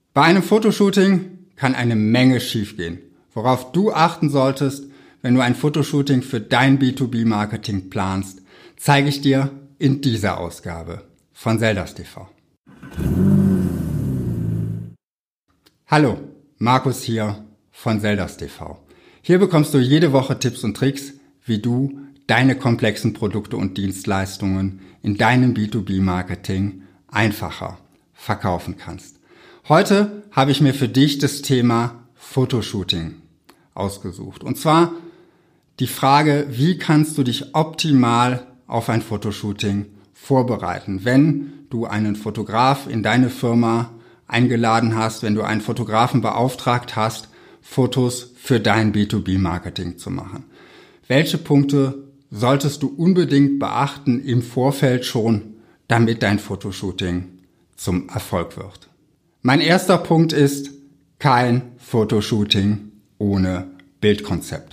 Bei einem Fotoshooting kann eine Menge schiefgehen. Worauf du achten solltest, wenn du ein Fotoshooting für dein B2B-Marketing planst, zeige ich dir in dieser Ausgabe von Zeldas TV. Hallo, Markus hier von Zeldas TV. Hier bekommst du jede Woche Tipps und Tricks, wie du deine komplexen Produkte und Dienstleistungen in deinem B2B-Marketing einfacher verkaufen kannst. Heute habe ich mir für dich das Thema Fotoshooting ausgesucht. Und zwar die Frage, wie kannst du dich optimal auf ein Fotoshooting vorbereiten, wenn du einen Fotograf in deine Firma eingeladen hast, wenn du einen Fotografen beauftragt hast, Fotos für dein B2B-Marketing zu machen. Welche Punkte solltest du unbedingt beachten im Vorfeld schon, damit dein Fotoshooting zum Erfolg wird? Mein erster Punkt ist kein Fotoshooting ohne Bildkonzept.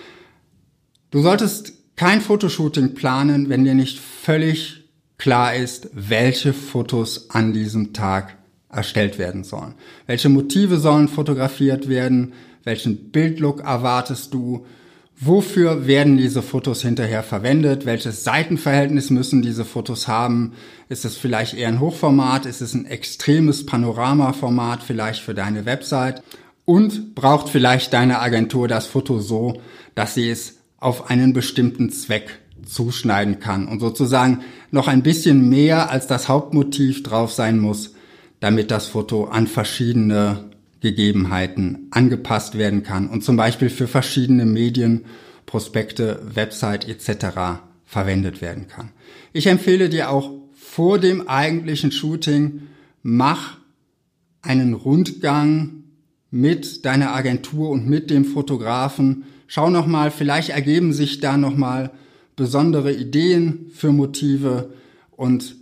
Du solltest kein Fotoshooting planen, wenn dir nicht völlig klar ist, welche Fotos an diesem Tag erstellt werden sollen. Welche Motive sollen fotografiert werden? Welchen Bildlook erwartest du? Wofür werden diese Fotos hinterher verwendet? Welches Seitenverhältnis müssen diese Fotos haben? Ist es vielleicht eher ein Hochformat? Ist es ein extremes Panoramaformat vielleicht für deine Website? Und braucht vielleicht deine Agentur das Foto so, dass sie es auf einen bestimmten Zweck zuschneiden kann und sozusagen noch ein bisschen mehr als das Hauptmotiv drauf sein muss, damit das Foto an verschiedene Gegebenheiten angepasst werden kann und zum Beispiel für verschiedene Medien, Prospekte, Website etc. verwendet werden kann. Ich empfehle dir auch vor dem eigentlichen Shooting, mach einen Rundgang mit deiner Agentur und mit dem Fotografen. Schau nochmal, vielleicht ergeben sich da nochmal besondere Ideen für Motive und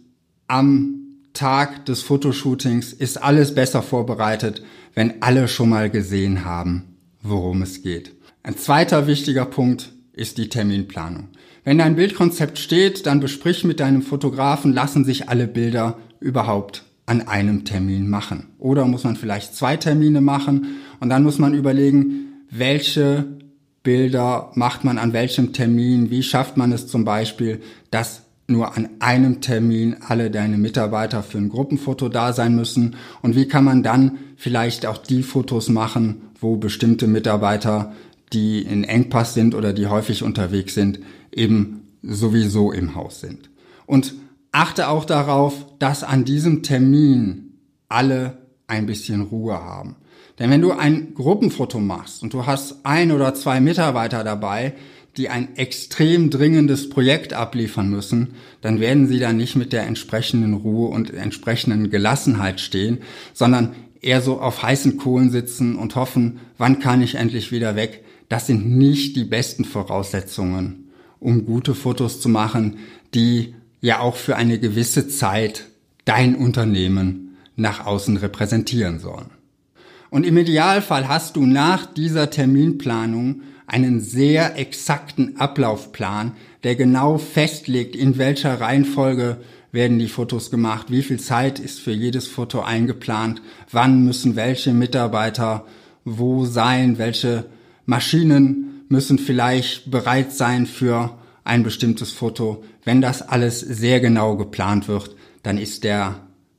am Tag des Fotoshootings ist alles besser vorbereitet, wenn alle schon mal gesehen haben, worum es geht. Ein zweiter wichtiger Punkt ist die Terminplanung. Wenn dein Bildkonzept steht, dann besprich mit deinem Fotografen, lassen sich alle Bilder überhaupt an einem Termin machen. Oder muss man vielleicht 2 Termine machen und dann muss man überlegen, welche Bilder macht man an welchem Termin, wie schafft man es zum Beispiel, dass nur an einem Termin alle deine Mitarbeiter für ein Gruppenfoto da sein müssen und wie kann man dann vielleicht auch die Fotos machen, wo bestimmte Mitarbeiter, die in Engpass sind oder die häufig unterwegs sind, eben sowieso im Haus sind. Und achte auch darauf, dass an diesem Termin alle ein bisschen Ruhe haben. Denn wenn du ein Gruppenfoto machst und du hast 1 oder 2 Mitarbeiter dabei, die ein extrem dringendes Projekt abliefern müssen, dann werden sie da nicht mit der entsprechenden Ruhe und entsprechenden Gelassenheit stehen, sondern eher so auf heißen Kohlen sitzen und hoffen, wann kann ich endlich wieder weg. Das sind nicht die besten Voraussetzungen, um gute Fotos zu machen, die ja auch für eine gewisse Zeit dein Unternehmen nach außen repräsentieren sollen. Und im Idealfall hast du nach dieser Terminplanung einen sehr exakten Ablaufplan, der genau festlegt, in welcher Reihenfolge werden die Fotos gemacht, wie viel Zeit ist für jedes Foto eingeplant, wann müssen welche Mitarbeiter wo sein, welche Maschinen müssen vielleicht bereit sein für ein bestimmtes Foto. Wenn das alles sehr genau geplant wird, dann ist der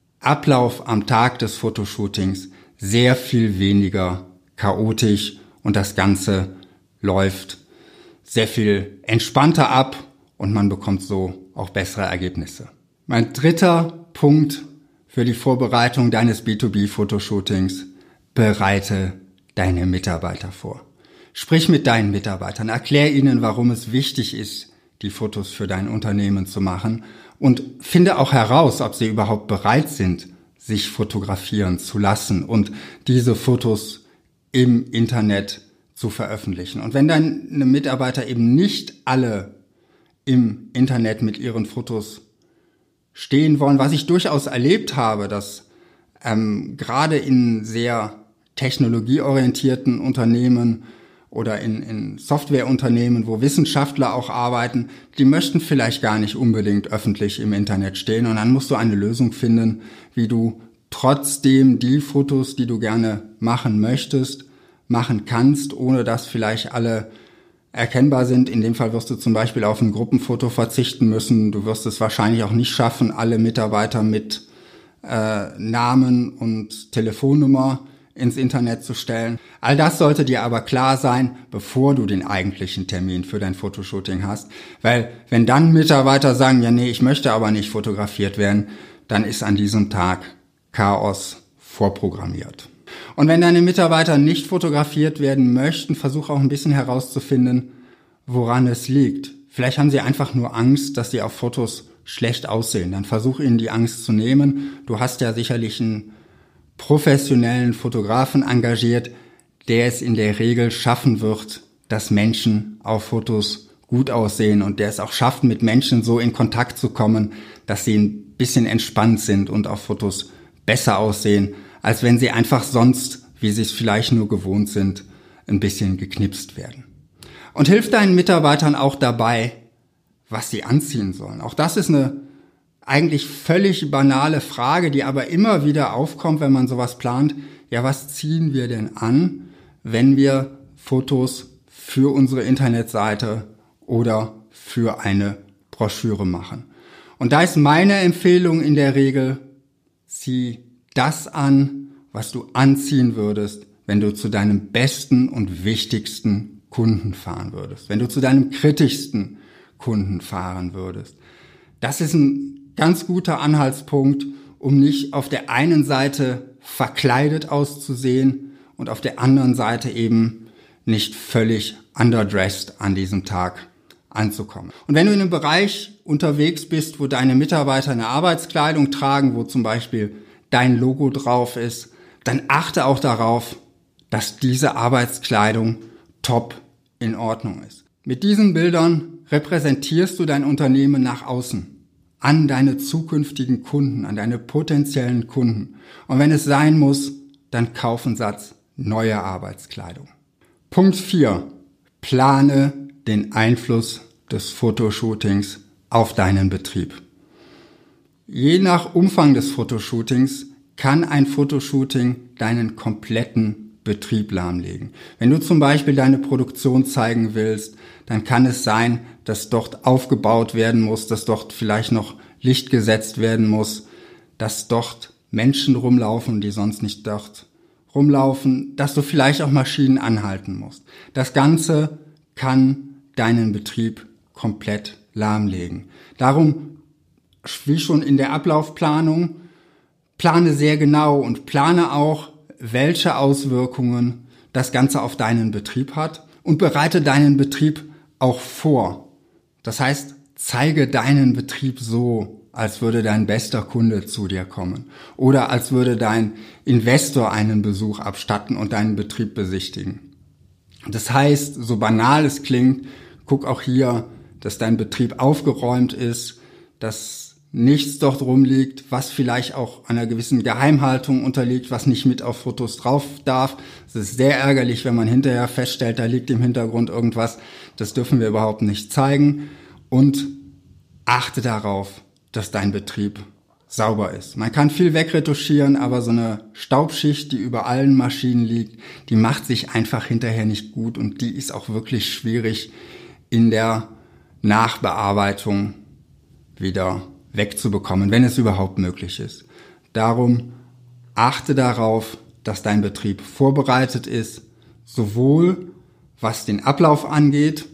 Ablauf am Tag des Fotoshootings sehr viel weniger chaotisch und das Ganze läuft sehr viel entspannter ab und man bekommt so auch bessere Ergebnisse. Mein dritter Punkt für die Vorbereitung deines B2B-Fotoshootings: bereite deine Mitarbeiter vor. Sprich mit deinen Mitarbeitern, erklär ihnen, warum es wichtig ist, die Fotos für dein Unternehmen zu machen und finde auch heraus, ob sie überhaupt bereit sind, sich fotografieren zu lassen und diese Fotos im Internet zu veröffentlichen. Und wenn deine Mitarbeiter eben nicht alle im Internet mit ihren Fotos stehen wollen, was ich durchaus erlebt habe, dass gerade in sehr technologieorientierten Unternehmen oder in Softwareunternehmen, wo Wissenschaftler auch arbeiten, die möchten vielleicht gar nicht unbedingt öffentlich im Internet stehen. Und dann musst du eine Lösung finden, wie du trotzdem die Fotos, die du gerne machen möchtest, machen kannst, ohne dass vielleicht alle erkennbar sind. In dem Fall wirst du zum Beispiel auf ein Gruppenfoto verzichten müssen. Du wirst es wahrscheinlich auch nicht schaffen, alle Mitarbeiter mit Namen und Telefonnummer ins Internet zu stellen. All das sollte dir aber klar sein, bevor du den eigentlichen Termin für dein Fotoshooting hast. Weil wenn dann Mitarbeiter sagen, ja nee, ich möchte aber nicht fotografiert werden, dann ist an diesem Tag Chaos vorprogrammiert. Und wenn deine Mitarbeiter nicht fotografiert werden möchten, versuch auch ein bisschen herauszufinden, woran es liegt. Vielleicht haben sie einfach nur Angst, dass sie auf Fotos schlecht aussehen. Dann versuch ihnen die Angst zu nehmen. Du hast ja sicherlich einen professionellen Fotografen engagiert, der es in der Regel schaffen wird, dass Menschen auf Fotos gut aussehen und der es auch schafft, mit Menschen so in Kontakt zu kommen, dass sie ein bisschen entspannt sind und auf Fotos besser aussehen, als wenn sie einfach sonst, wie sie es vielleicht nur gewohnt sind, ein bisschen geknipst werden. Und hilf deinen Mitarbeitern auch dabei, was sie anziehen sollen. Auch das ist eine eigentlich völlig banale Frage, die aber immer wieder aufkommt, wenn man sowas plant. Ja, was ziehen wir denn an, wenn wir Fotos für unsere Internetseite oder für eine Broschüre machen? Und da ist meine Empfehlung in der Regel, zieh das an, was du anziehen würdest, wenn du zu deinem besten und wichtigsten Kunden fahren würdest, wenn du zu deinem kritischsten Kunden fahren würdest. Das ist ein ganz guter Anhaltspunkt, um nicht auf der einen Seite verkleidet auszusehen und auf der anderen Seite eben nicht völlig underdressed an diesem Tag anzukommen. Und wenn du in einem Bereich unterwegs bist, wo deine Mitarbeiter eine Arbeitskleidung tragen, wo zum Beispiel dein Logo drauf ist, dann achte auch darauf, dass diese Arbeitskleidung top in Ordnung ist. Mit diesen Bildern repräsentierst du dein Unternehmen nach außen, an deine zukünftigen Kunden, an deine potenziellen Kunden. Und wenn es sein muss, dann kauf einen Satz neue Arbeitskleidung. Punkt 4. Plane den Einfluss des Fotoshootings auf deinen Betrieb. Je nach Umfang des Fotoshootings kann ein Fotoshooting deinen kompletten Betrieb lahmlegen. Wenn du zum Beispiel deine Produktion zeigen willst, dann kann es sein, dass dort aufgebaut werden muss, dass dort vielleicht noch Licht gesetzt werden muss, dass dort Menschen rumlaufen, die sonst nicht dort rumlaufen, dass du vielleicht auch Maschinen anhalten musst. Das Ganze kann deinen Betrieb komplett lahmlegen. Darum, wie schon in der Ablaufplanung, plane sehr genau und plane auch, welche Auswirkungen das Ganze auf deinen Betrieb hat und bereite deinen Betrieb auch vor. Das heißt, zeige deinen Betrieb so, als würde dein bester Kunde zu dir kommen oder als würde dein Investor einen Besuch abstatten und deinen Betrieb besichtigen. Das heißt, so banal es klingt, guck auch hier, dass dein Betrieb aufgeräumt ist, dass nichts dort rumliegt, was vielleicht auch einer gewissen Geheimhaltung unterliegt, was nicht mit auf Fotos drauf darf. Es ist sehr ärgerlich, wenn man hinterher feststellt, da liegt im Hintergrund irgendwas. Das dürfen wir überhaupt nicht zeigen. Und achte darauf, dass dein Betrieb sauber ist. Man kann viel wegretuschieren, aber so eine Staubschicht, die über allen Maschinen liegt, die macht sich einfach hinterher nicht gut und die ist auch wirklich schwierig in der Nachbearbeitung wieder wegzubekommen, wenn es überhaupt möglich ist. Darum achte darauf, dass dein Betrieb vorbereitet ist, sowohl was den Ablauf angeht,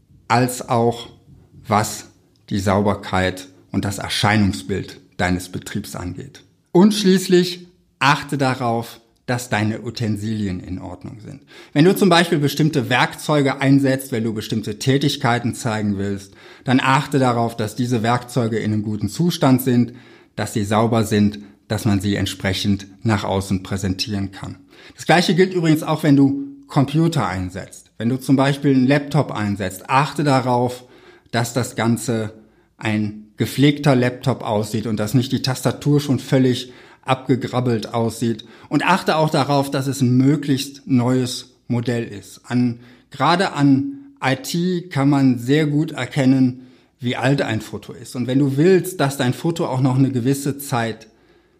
als auch was die Sauberkeit und das Erscheinungsbild deines Betriebs angeht. Und schließlich achte darauf, dass deine Utensilien in Ordnung sind. Wenn du zum Beispiel bestimmte Werkzeuge einsetzt, wenn du bestimmte Tätigkeiten zeigen willst, dann achte darauf, dass diese Werkzeuge in einem guten Zustand sind, dass sie sauber sind, dass man sie entsprechend nach außen präsentieren kann. Das Gleiche gilt übrigens auch, wenn du Computer einsetzt. Wenn du zum Beispiel einen Laptop einsetzt, achte darauf, dass das Ganze ein gepflegter Laptop aussieht und dass nicht die Tastatur schon völlig abgegrabbelt aussieht. Und achte auch darauf, dass es ein möglichst neues Modell ist. Gerade an IT kann man sehr gut erkennen, wie alt ein Foto ist. Und wenn du willst, dass dein Foto auch noch eine gewisse Zeit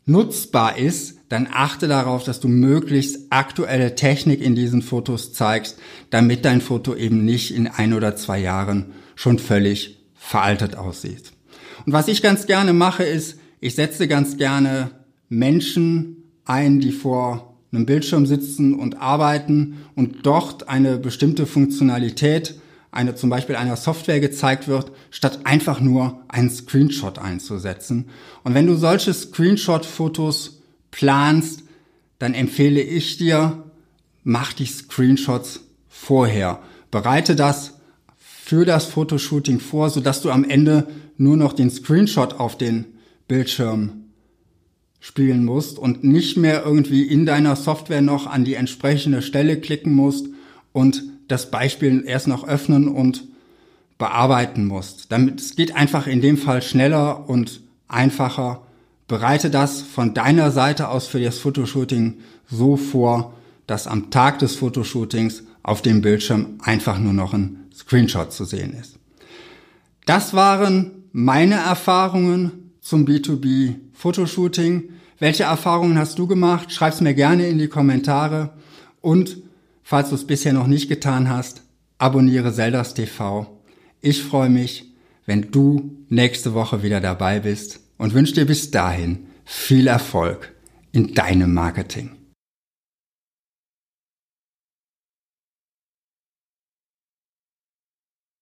nutzbar ist, dann achte darauf, dass du möglichst aktuelle Technik in diesen Fotos zeigst, damit dein Foto eben nicht in 1 oder 2 Jahren schon völlig veraltet aussieht. Und was ich ganz gerne mache, ist, ich setze ganz gerne Menschen ein, die vor einem Bildschirm sitzen und arbeiten und dort eine bestimmte Funktionalität, zum Beispiel einer Software gezeigt wird, statt einfach nur einen Screenshot einzusetzen. Und wenn du solche Screenshot-Fotos planst, dann empfehle ich dir, mach die Screenshots vorher. Bereite das für das Fotoshooting vor, sodass du am Ende nur noch den Screenshot auf den Bildschirm spielen musst und nicht mehr irgendwie in deiner Software noch an die entsprechende Stelle klicken musst und das Beispiel erst noch öffnen und bearbeiten musst. Es geht einfach in dem Fall schneller und einfacher. Bereite das von deiner Seite aus für das Fotoshooting so vor, dass am Tag des Fotoshootings auf dem Bildschirm einfach nur noch ein Screenshot zu sehen ist. Das waren meine Erfahrungen zum B2B-Fotoshooting. Welche Erfahrungen hast du gemacht? Schreib's mir gerne in die Kommentare und falls du es bisher noch nicht getan hast, abonniere Zeldas TV. Ich freue mich, wenn du nächste Woche wieder dabei bist und wünsche dir bis dahin viel Erfolg in deinem Marketing.